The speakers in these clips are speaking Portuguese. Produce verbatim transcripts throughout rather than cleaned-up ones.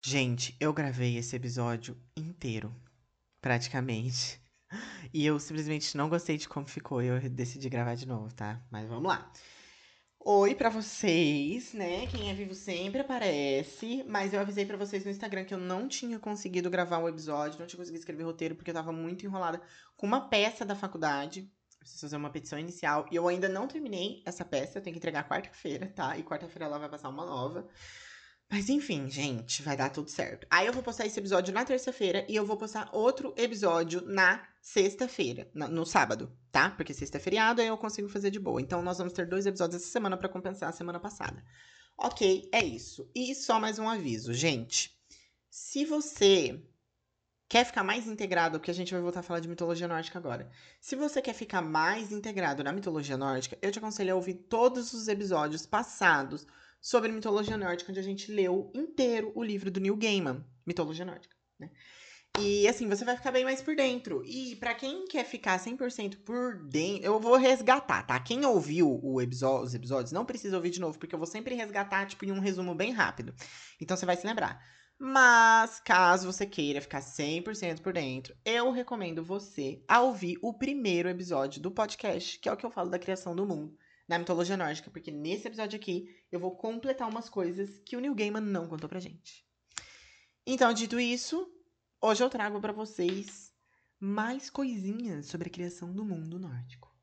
Gente, eu gravei esse episódio inteiro, praticamente. E eu simplesmente não gostei de como ficou e eu decidi gravar de novo, tá? Mas vamos lá. Oi pra vocês, né? Quem é vivo sempre aparece. Mas eu avisei pra vocês no Instagram que eu não tinha conseguido gravar o episódio, não tinha conseguido escrever roteiro porque eu tava muito enrolada com uma peça da faculdade. Eu preciso fazer uma petição inicial e eu ainda não terminei essa peça, eu tenho que entregar quarta-feira, tá? E quarta-feira ela vai passar uma nova. Mas enfim, gente, vai dar tudo certo. Aí eu vou postar esse episódio na terça-feira e eu vou postar outro episódio na sexta-feira, na- no sábado, tá? Porque sexta é feriado, aí eu consigo fazer de boa. Então nós vamos ter dois episódios essa semana pra compensar a semana passada. Ok, é isso. E só mais um aviso, gente. Se você quer ficar mais integrado, porque a gente vai voltar a falar de mitologia nórdica agora. Se você quer ficar mais integrado na mitologia nórdica, eu te aconselho a ouvir todos os episódios passados sobre mitologia nórdica, onde a gente leu inteiro o livro do Neil Gaiman, Mitologia Nórdica, né? E assim, você vai ficar bem mais por dentro. E pra quem quer ficar cem por cento por dentro, eu vou resgatar, tá? Quem ouviu o episódio, os episódios não precisa ouvir de novo, porque eu vou sempre resgatar, tipo, em um resumo bem rápido. Então você vai se lembrar. Mas, caso você queira ficar cem por cento por dentro, eu recomendo você a ouvir o primeiro episódio do podcast, que é o que eu falo da criação do mundo na mitologia nórdica, porque nesse episódio aqui eu vou completar umas coisas que o Neil Gaiman não contou pra gente. Então, dito isso, hoje eu trago pra vocês mais coisinhas sobre a criação do mundo nórdico.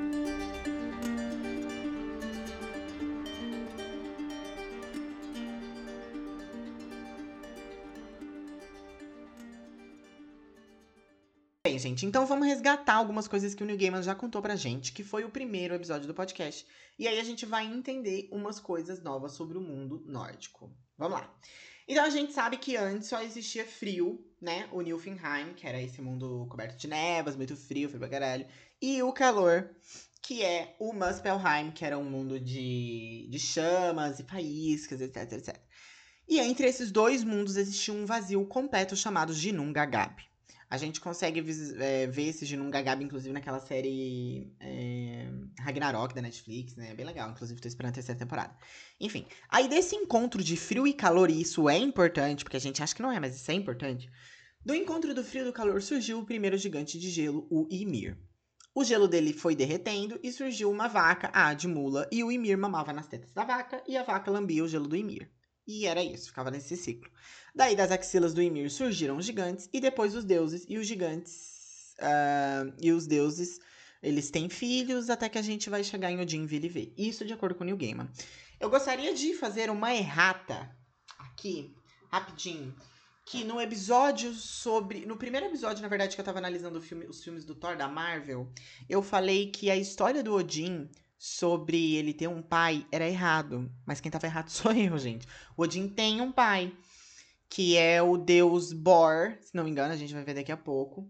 Bem, gente, então vamos resgatar algumas coisas que o Neil Gaiman já contou pra gente, que foi o primeiro episódio do podcast. E aí a gente vai entender umas coisas novas sobre o mundo nórdico. Vamos lá. Então a gente sabe que antes só existia frio, né? O Niflheim, que era esse mundo coberto de névoas, muito frio, frio pra caralho. E o calor, que é o Muspelheim, que era um mundo de, de chamas e faíscas, etc, etcétera. E entre esses dois mundos existia um vazio completo chamado Ginnung-Agab. A gente consegue é, ver esse Ginnung-Agab, inclusive, naquela série é, Ragnarok da Netflix, né? É bem legal, inclusive tô esperando a terceira temporada. Enfim, aí desse encontro de frio e calor, e isso é importante, porque a gente acha que não é, mas isso é importante. Do encontro do frio e do calor surgiu o primeiro gigante de gelo, o Ymir. O gelo dele foi derretendo e surgiu uma vaca, a de mula, e o Ymir mamava nas tetas da vaca e a vaca lambia o gelo do Ymir. E era isso, ficava nesse ciclo. Daí das axilas do Ymir surgiram os gigantes e depois os deuses e os gigantes uh, e os deuses eles têm filhos até que a gente vai chegar em Odin Viliver. Isso de acordo com o Neil Gaiman. Eu gostaria de fazer uma errata aqui, rapidinho, que no episódio sobre. No primeiro episódio, na verdade, que eu tava analisando o filme, os filmes do Thor da Marvel, eu falei que a história do Odin sobre ele ter um pai era errado. Mas quem tava errado sou eu, gente. O Odin tem um pai, que é o deus Bor, se não me engano, a gente vai ver daqui a pouco.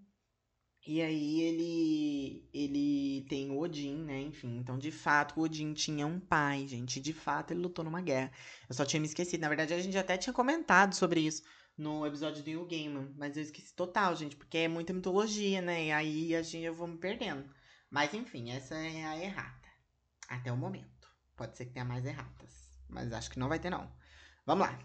E aí ele ele tem o Odin, né? Enfim, então de fato o Odin tinha um pai, gente. De fato ele lutou numa guerra. Eu só tinha me esquecido. Na verdade a gente até tinha comentado sobre isso no episódio do Neil Gaiman, mas eu esqueci total, gente, porque é muita mitologia, né? E aí a gente eu vou me perdendo. Mas enfim, essa é a errata até o momento. Pode ser que tenha mais erratas, mas acho que não vai ter não. Vamos lá.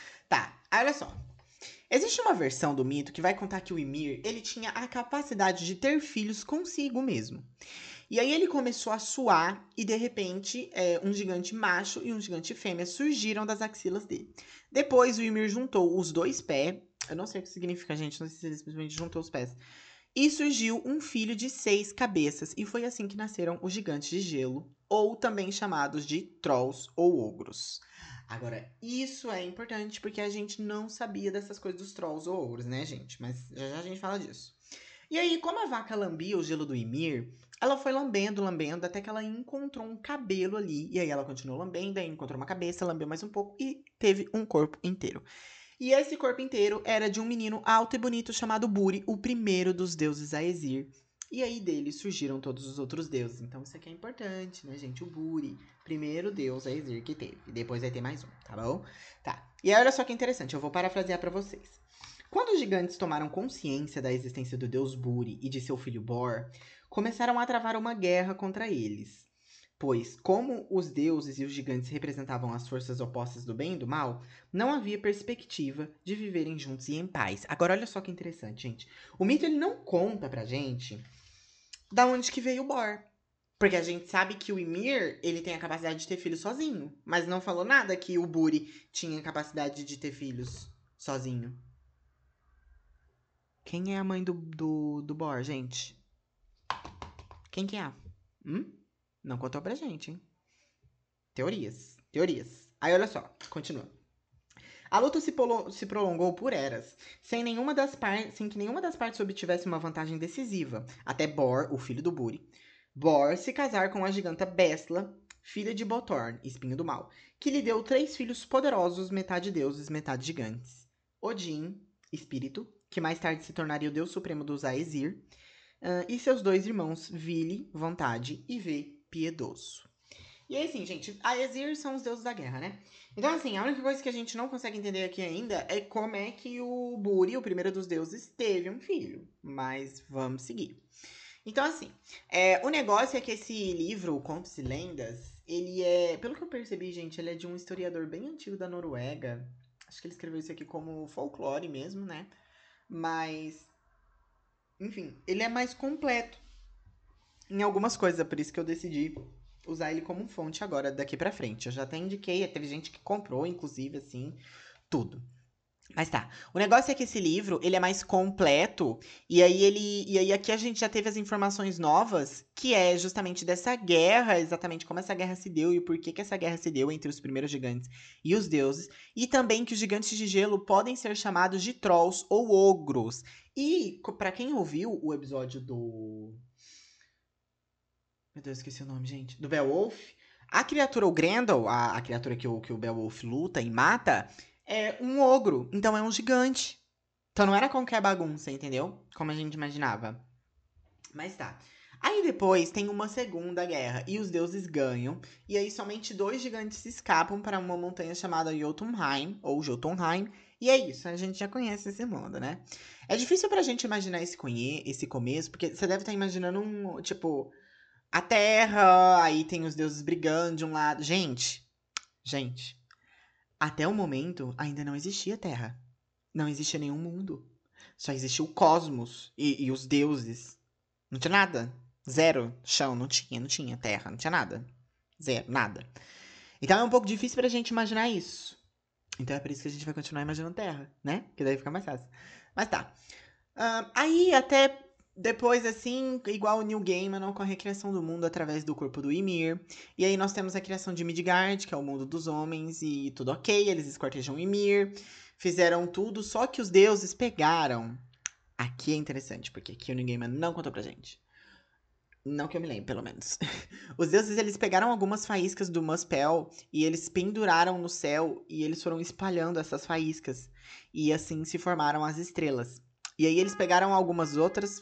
Tá, olha só. Existe uma versão do mito que vai contar que o Ymir, ele tinha a capacidade de ter filhos consigo mesmo. E aí ele começou a suar e de repente é, um gigante macho e um gigante fêmea surgiram das axilas dele. Depois o Ymir juntou os dois pés, eu não sei o que significa, gente, não sei se ele simplesmente juntou os pés. E surgiu um filho de seis cabeças e foi assim que nasceram os gigantes de gelo, ou também chamados de Trolls ou Ogros. Agora, isso é importante porque a gente não sabia dessas coisas dos Trolls ou Ogros, né, gente? Mas já já a gente fala disso. E aí, como a vaca lambia o gelo do Ymir, ela foi lambendo, lambendo, até que ela encontrou um cabelo ali. E aí ela continuou lambendo, aí encontrou uma cabeça, lambeu mais um pouco e teve um corpo inteiro. E esse corpo inteiro era de um menino alto e bonito chamado Buri, o primeiro dos deuses Aesir. E aí dele surgiram todos os outros deuses. Então isso aqui é importante, né, gente? O Buri, primeiro deus Aesir que teve. E depois vai ter mais um, tá bom? Tá. E aí olha só que interessante, eu vou parafrasear para vocês. Quando os gigantes tomaram consciência da existência do deus Buri e de seu filho Bor, começaram a travar uma guerra contra eles. Pois, como os deuses e os gigantes representavam as forças opostas do bem e do mal, não havia perspectiva de viverem juntos e em paz. Agora, olha só que interessante, gente. O mito ele não conta pra gente da onde que veio o Bor. Porque a gente sabe que o Ymir, ele tem a capacidade de ter filhos sozinho. Mas não falou nada que o Buri tinha a capacidade de ter filhos sozinho. Quem é a mãe do, do, do Bor, gente? Quem que é? Hum? Não contou pra gente, hein? Teorias. Teorias. Aí, olha só. Continua. A luta se, se prolongou por eras, sem, nenhuma das sem que nenhuma das partes obtivesse uma vantagem decisiva, até Bor, o filho do Buri, Bor se casar com a giganta Bestla, filha de Botorn, espinho do mal, que lhe deu três filhos poderosos, metade deuses, metade gigantes. Odin, espírito, que mais tarde se tornaria o deus supremo dos Aesir, uh, e seus dois irmãos, Vili, vontade, e Ve, piedoso. E aí, assim, gente, Aesir são os deuses da guerra, né? Então, assim, a única coisa que a gente não consegue entender aqui ainda é como é que o Buri, o primeiro dos deuses, teve um filho. Mas vamos seguir. Então, assim, é, o negócio é que esse livro, Contos e Lendas, ele é, pelo que eu percebi, gente, ele é de um historiador bem antigo da Noruega. Acho que ele escreveu isso aqui como folclore mesmo, né? Mas, enfim, ele é mais completo em algumas coisas, é por isso que eu decidi usar ele como fonte agora, daqui pra frente. Eu já até indiquei, teve gente que comprou, inclusive, assim, tudo. Mas tá. O negócio é que esse livro, ele é mais completo, e aí ele. E aí aqui a gente já teve as informações novas, que é justamente dessa guerra, exatamente como essa guerra se deu e por que, que essa guerra se deu entre os primeiros gigantes e os deuses. E também que os gigantes de gelo podem ser chamados de trolls ou ogros. E, pra quem ouviu o episódio do. Meu Deus, esqueci o nome, gente. Do Beowulf. A criatura, o Grendel, a, a criatura que o, que o Beowulf luta e mata, é um ogro. Então é um gigante. Então não era qualquer bagunça, entendeu? Como a gente imaginava. Mas tá. Aí depois tem uma segunda guerra e os deuses ganham. E aí somente dois gigantes escapam para uma montanha chamada Jotunheim, ou Jotunheim. E é isso, a gente já conhece esse mundo, né? É difícil pra gente imaginar esse, conhe esse começo, porque você deve estar imaginando um, tipo, a Terra, aí tem os deuses brigando de um lado. Gente, gente, até o momento ainda não existia Terra. Não existia nenhum mundo. Só existia o cosmos e, e os deuses. Não tinha nada. Zero. Chão, não tinha, não tinha terra, não tinha nada. Zero, nada. Então é um pouco difícil pra gente imaginar isso. Então é por isso que a gente vai continuar imaginando terra, né? Que daí fica mais fácil. Mas tá. Uh, aí até depois, assim, igual o New Gaiman, ocorre a criação do mundo através do corpo do Ymir. E aí nós temos a criação de Midgard, que é o mundo dos homens, e tudo ok, eles escortejam o Ymir. Fizeram tudo, só que os deuses pegaram. Aqui é interessante, porque aqui o New Gaiman não contou pra gente. Não que eu me lembre, pelo menos. Os deuses, eles pegaram algumas faíscas do Muspel e eles penduraram no céu e eles foram espalhando essas faíscas. E assim se formaram as estrelas. E aí eles pegaram algumas outras...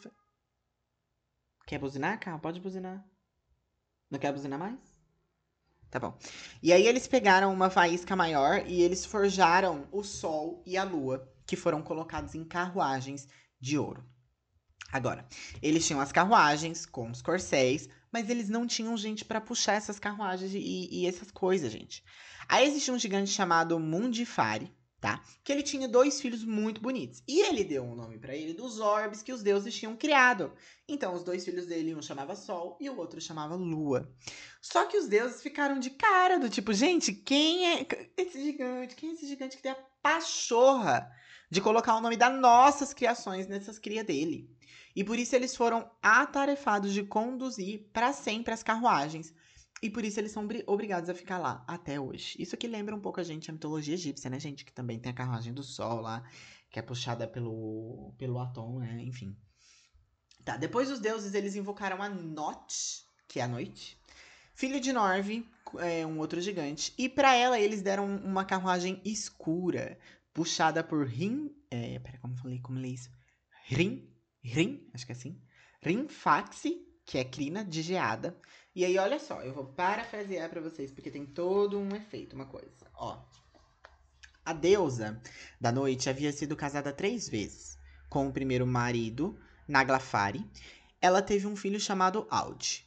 Quer buzinar, carro? Pode buzinar. Não quer buzinar mais? Tá bom. E aí eles pegaram uma faísca maior e eles forjaram o Sol e a Lua, que foram colocados em carruagens de ouro. Agora, eles tinham as carruagens com os corcéis, mas eles não tinham gente para puxar essas carruagens e, e essas coisas, gente. Aí existia um gigante chamado Mundifari, tá? Que ele tinha dois filhos muito bonitos. E ele deu um nome para ele dos orbes que os deuses tinham criado. Então, os dois filhos dele, um chamava Sol e o outro chamava Lua. Só que os deuses ficaram de cara, do tipo, gente, quem é esse gigante? Quem é esse gigante que tem a pachorra de colocar o nome das nossas criações nessas crias dele? E por isso eles foram atarefados de conduzir para sempre as carruagens. E por isso eles são obrigados a ficar lá até hoje. Isso aqui lembra um pouco a gente a mitologia egípcia, né, gente? Que também tem a carruagem do sol lá, que é puxada pelo, pelo Atom, né? Enfim. Tá, depois os deuses, eles invocaram a Note, que é a noite, filho de Norve, é, um outro gigante. E para ela, eles deram uma carruagem escura, puxada por Rim... É, pera, como eu falei? Como é isso? Rim... Rim, acho que é assim. Rimfaxi, que é crina de geada. E aí, olha só, eu vou parafrasear pra vocês, porque tem todo um efeito, uma coisa. Ó, a deusa da noite havia sido casada três vezes. Com o primeiro marido, Naglafari, ela teve um filho chamado Aud.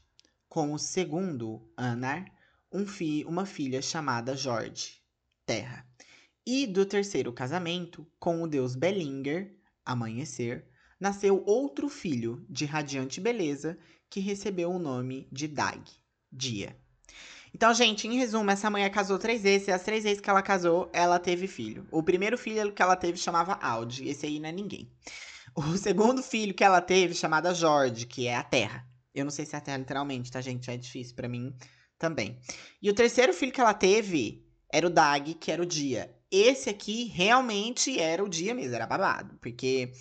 com o segundo, Anar, um fi uma filha chamada Jord, Terra. E do terceiro casamento, com o deus Belinger, Amanhecer, nasceu outro filho de radiante beleza que recebeu o nome de Dag, Dia. Então, gente, em resumo, essa mulher casou três vezes e as três vezes que ela casou, ela teve filho. O primeiro filho que ela teve chamava Aud, esse aí não é ninguém. O segundo filho que ela teve chamada Jord, que é a Terra. Eu não sei se é a Terra literalmente, tá, gente? É difícil pra mim também. E o terceiro filho que ela teve era o Dag, que era o Dia. Esse aqui realmente era o Dia mesmo, era babado. Porque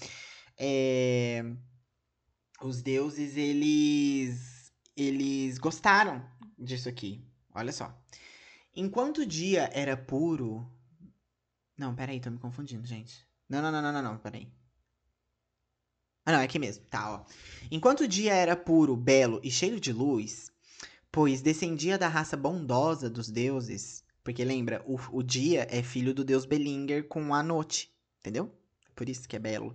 é, os deuses, eles, eles gostaram disso aqui. Olha só. Enquanto o dia era puro... Não, peraí, tô me confundindo, gente. Não, não, não, não, não, não, peraí. Ah, não, é aqui mesmo. Tá, ó. Enquanto o dia era puro, belo e cheio de luz, pois descendia da raça bondosa dos deuses, porque lembra, o, o dia é filho do deus Belinger com a noite, entendeu? Por isso que é belo.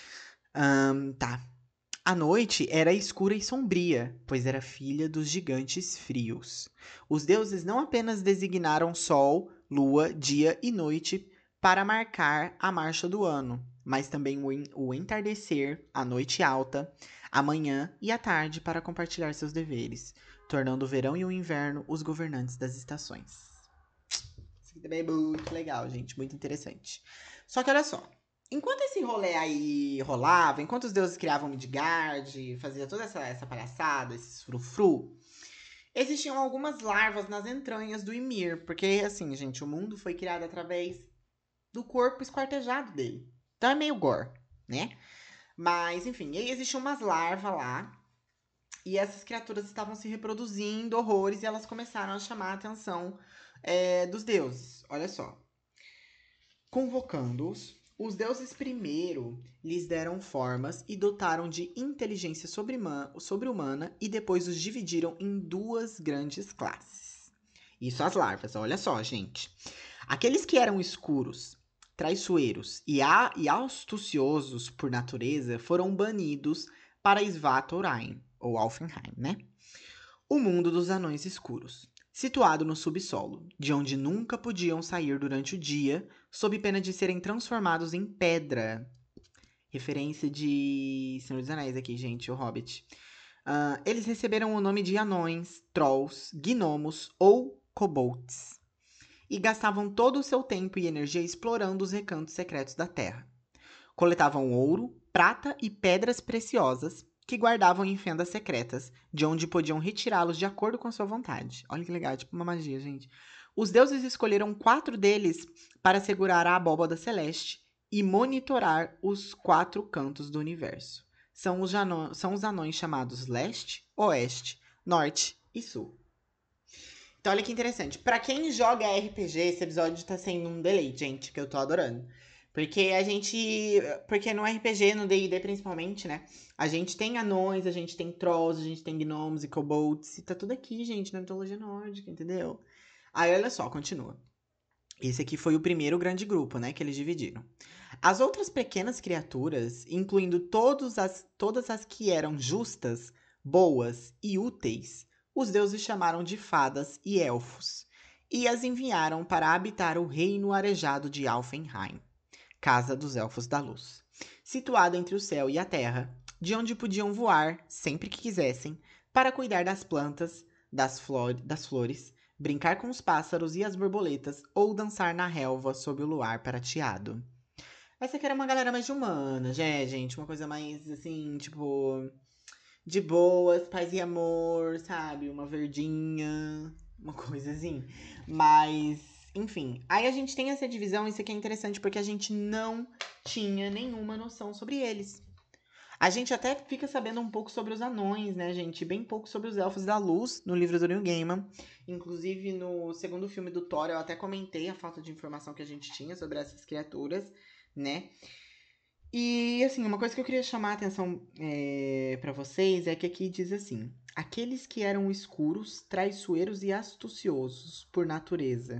Ahn, tá. A noite era escura e sombria, pois era filha dos gigantes frios. Os deuses não apenas designaram sol, lua, dia e noite para marcar a marcha do ano, mas também o, en- o entardecer, a noite alta, a manhã e a tarde para compartilhar seus deveres, tornando o verão e o inverno os governantes das estações. Isso aqui também é muito legal, gente, muito interessante. Só que olha só, enquanto esse rolê aí rolava, enquanto os deuses criavam Midgard, fazia toda essa, essa palhaçada, esses frufru, existiam algumas larvas nas entranhas do Ymir, porque assim, gente, o mundo foi criado através do corpo esquartejado dele. Então é meio gore, né? Mas, enfim, aí existiam umas larvas lá, e essas criaturas estavam se reproduzindo horrores, e elas começaram a chamar a atenção é, dos deuses. Olha só. Convocando-os, os deuses primeiro lhes deram formas e dotaram de inteligência sobre-humana e depois os dividiram em duas grandes classes. Isso as larvas, olha só, gente. Aqueles que eram escuros, traiçoeiros e, a, e astuciosos por natureza foram banidos para Svatolrain, ou Alfenheim, né? O mundo dos anões escuros, situado no subsolo, de onde nunca podiam sair durante o dia, sob pena de serem transformados em pedra. Referência de Senhor dos Anéis aqui, gente, o Hobbit. Uh, eles receberam o nome de anões, trolls, gnomos ou kobolds, e gastavam todo o seu tempo e energia explorando os recantos secretos da Terra. Coletavam ouro, prata e pedras preciosas que guardavam em fendas secretas, de onde podiam retirá-los de acordo com a sua vontade. Olha que legal, tipo uma magia, gente. Os deuses escolheram quatro deles para segurar a abóbada celeste e monitorar os quatro cantos do universo. São os, são os anões chamados Leste, Oeste, Norte e Sul. Então, olha que interessante. Pra quem joga R P G, esse episódio tá sendo um deleite, gente, que eu tô adorando. Porque a gente. Porque no R P G, no D e D principalmente, né? A gente tem anões, a gente tem trolls, a gente tem gnomos e kobolds. E tá tudo aqui, gente, na mitologia nórdica, entendeu? Aí, olha só, continua. Esse aqui foi o primeiro grande grupo, né? Que eles dividiram. As outras pequenas criaturas, incluindo todos as, todas as que eram justas, boas e úteis, os deuses chamaram de fadas e elfos, e as enviaram para habitar o reino arejado de Alfenheim, casa dos elfos da luz, situado entre o céu e a terra, de onde podiam voar, sempre que quisessem, para cuidar das plantas, das, flor das flores, brincar com os pássaros e as borboletas ou dançar na relva sob o luar prateado. Essa aqui era uma galera mais de humana, já, gente, uma coisa mais assim, tipo, de boas, paz e amor, sabe? Uma verdinha, uma coisa assim. Mas, enfim. Aí a gente tem essa divisão, isso aqui é interessante porque a gente não tinha nenhuma noção sobre eles. A gente até fica sabendo um pouco sobre os anões, né, gente? Bem pouco sobre os elfos da luz no livro do Neil Gaiman. Inclusive, no segundo filme do Thor, eu até comentei a falta de informação que a gente tinha sobre essas criaturas, né? E, assim, uma coisa que eu queria chamar a atenção é, para vocês é que aqui diz assim: aqueles que eram escuros, traiçoeiros e astuciosos por natureza.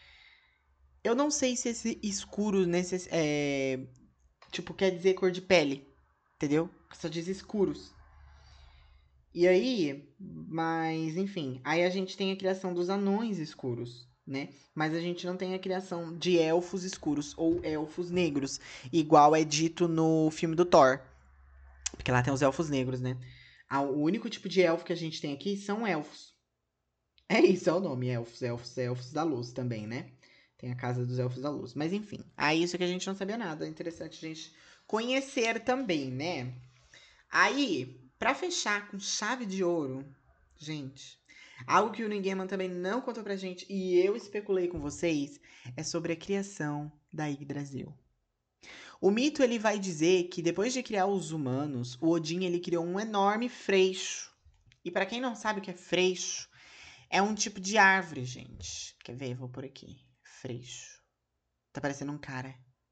Eu não sei se esse escuro nesse, é, tipo, quer dizer cor de pele, entendeu? Só diz escuros. E aí, mas enfim, aí a gente tem a criação dos anões escuros, né? Mas a gente não tem a criação de elfos escuros ou elfos negros, igual é dito no filme do Thor. Porque lá tem os elfos negros, né? Ah, o único tipo de elfo que a gente tem aqui são elfos. É isso, é o nome, elfos, elfos, elfos da luz também, né? Tem a casa dos elfos da luz. Mas enfim, aí isso que a gente não sabia nada. É interessante a gente conhecer também, né? Aí, pra fechar com chave de ouro, gente, algo que o New Gaiman também não contou pra gente e eu especulei com vocês é sobre a criação da Yggdrasil. O mito ele vai dizer que depois de criar os humanos, o Odin ele criou um enorme freixo. E pra quem não sabe o que é freixo, é um tipo de árvore, gente. Quer ver? Vou por aqui. Freixo. Tá parecendo um cara.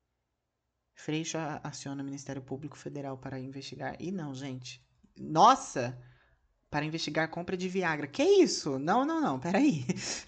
Freixo aciona o Ministério Público Federal para investigar. E não, gente. Nossa! Para investigar compra de Viagra. Que isso? Não, não, não. Peraí.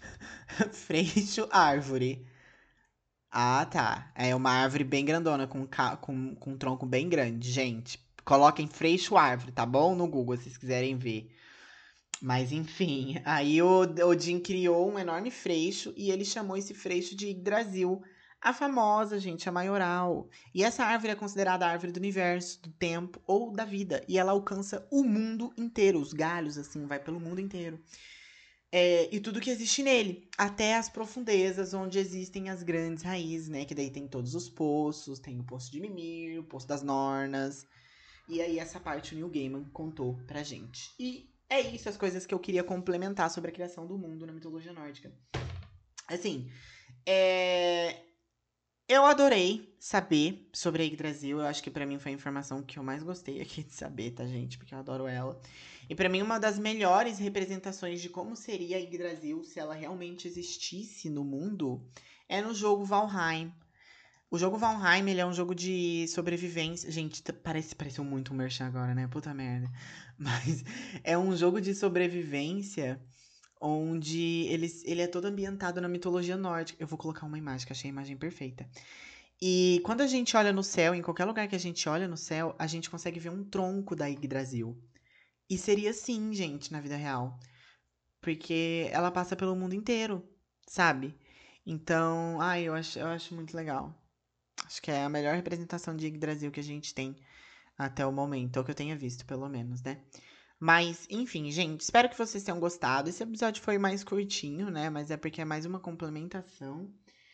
Freixo árvore. Ah, tá. É uma árvore bem grandona, com, com, com um tronco bem grande. Gente, coloquem freixo árvore, tá bom? No Google, se vocês quiserem ver. Mas enfim, aí o Odin criou um enorme freixo e ele chamou esse freixo de Yggdrasil, a famosa, gente, a maioral. E essa árvore é considerada a árvore do universo, do tempo ou da vida. E ela alcança o mundo inteiro, os galhos, assim, vai pelo mundo inteiro. É, e tudo que existe nele, até as profundezas onde existem as grandes raízes, né? Que daí tem todos os poços, tem o poço de Mimir, o poço das Nornas. E aí essa parte o Neil Gaiman contou pra gente. E é isso as coisas que eu queria complementar sobre a criação do mundo na mitologia nórdica. Assim, é... eu adorei saber sobre a Yggdrasil. Eu acho que pra mim foi a informação que eu mais gostei aqui de saber, tá, gente? Porque eu adoro ela. E pra mim uma das melhores representações de como seria a Yggdrasil se ela realmente existisse no mundo é no jogo Valheim. O jogo Valheim, ele é um jogo de sobrevivência. Gente, parece, pareceu muito um merchan agora, né? Puta merda. Mas é um jogo de sobrevivência onde ele, ele é todo ambientado na mitologia nórdica. Eu vou colocar uma imagem, que achei a imagem perfeita. E quando a gente olha no céu, em qualquer lugar que a gente olha no céu, a gente consegue ver um tronco da Yggdrasil. E seria assim, gente, na vida real. Porque ela passa pelo mundo inteiro, sabe? Então, ai, eu acho, eu acho muito legal. Acho que é a melhor representação de Yggdrasil que a gente tem até o momento, ou que eu tenha visto, pelo menos, né? Mas, enfim, gente, espero que vocês tenham gostado. Esse episódio foi mais curtinho, né? Mas é porque é mais uma complementação.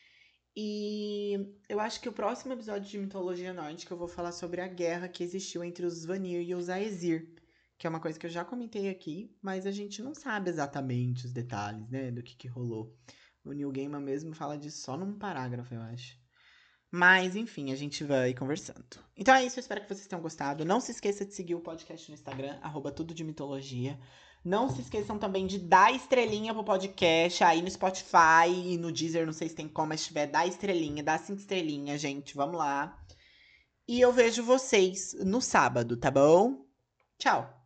E eu acho que o próximo episódio de Mitologia Nórdica eu vou falar sobre a guerra que existiu entre os Vanir e os Aesir. Que é uma coisa que eu já comentei aqui, mas a gente não sabe exatamente os detalhes, né? Do que, que rolou. O Neil Gaiman mesmo fala disso só num parágrafo, eu acho. Mas, enfim, a gente vai conversando. Então é isso, eu espero que vocês tenham gostado. Não se esqueça de seguir o podcast no Instagram, arroba tudo de mitologia. Não se esqueçam também de dar estrelinha pro podcast aí no Spotify e no Deezer, não sei se tem como, mas se tiver, dá estrelinha, dá cinco estrelinhas, gente, vamos lá. E eu vejo vocês no sábado, tá bom? Tchau!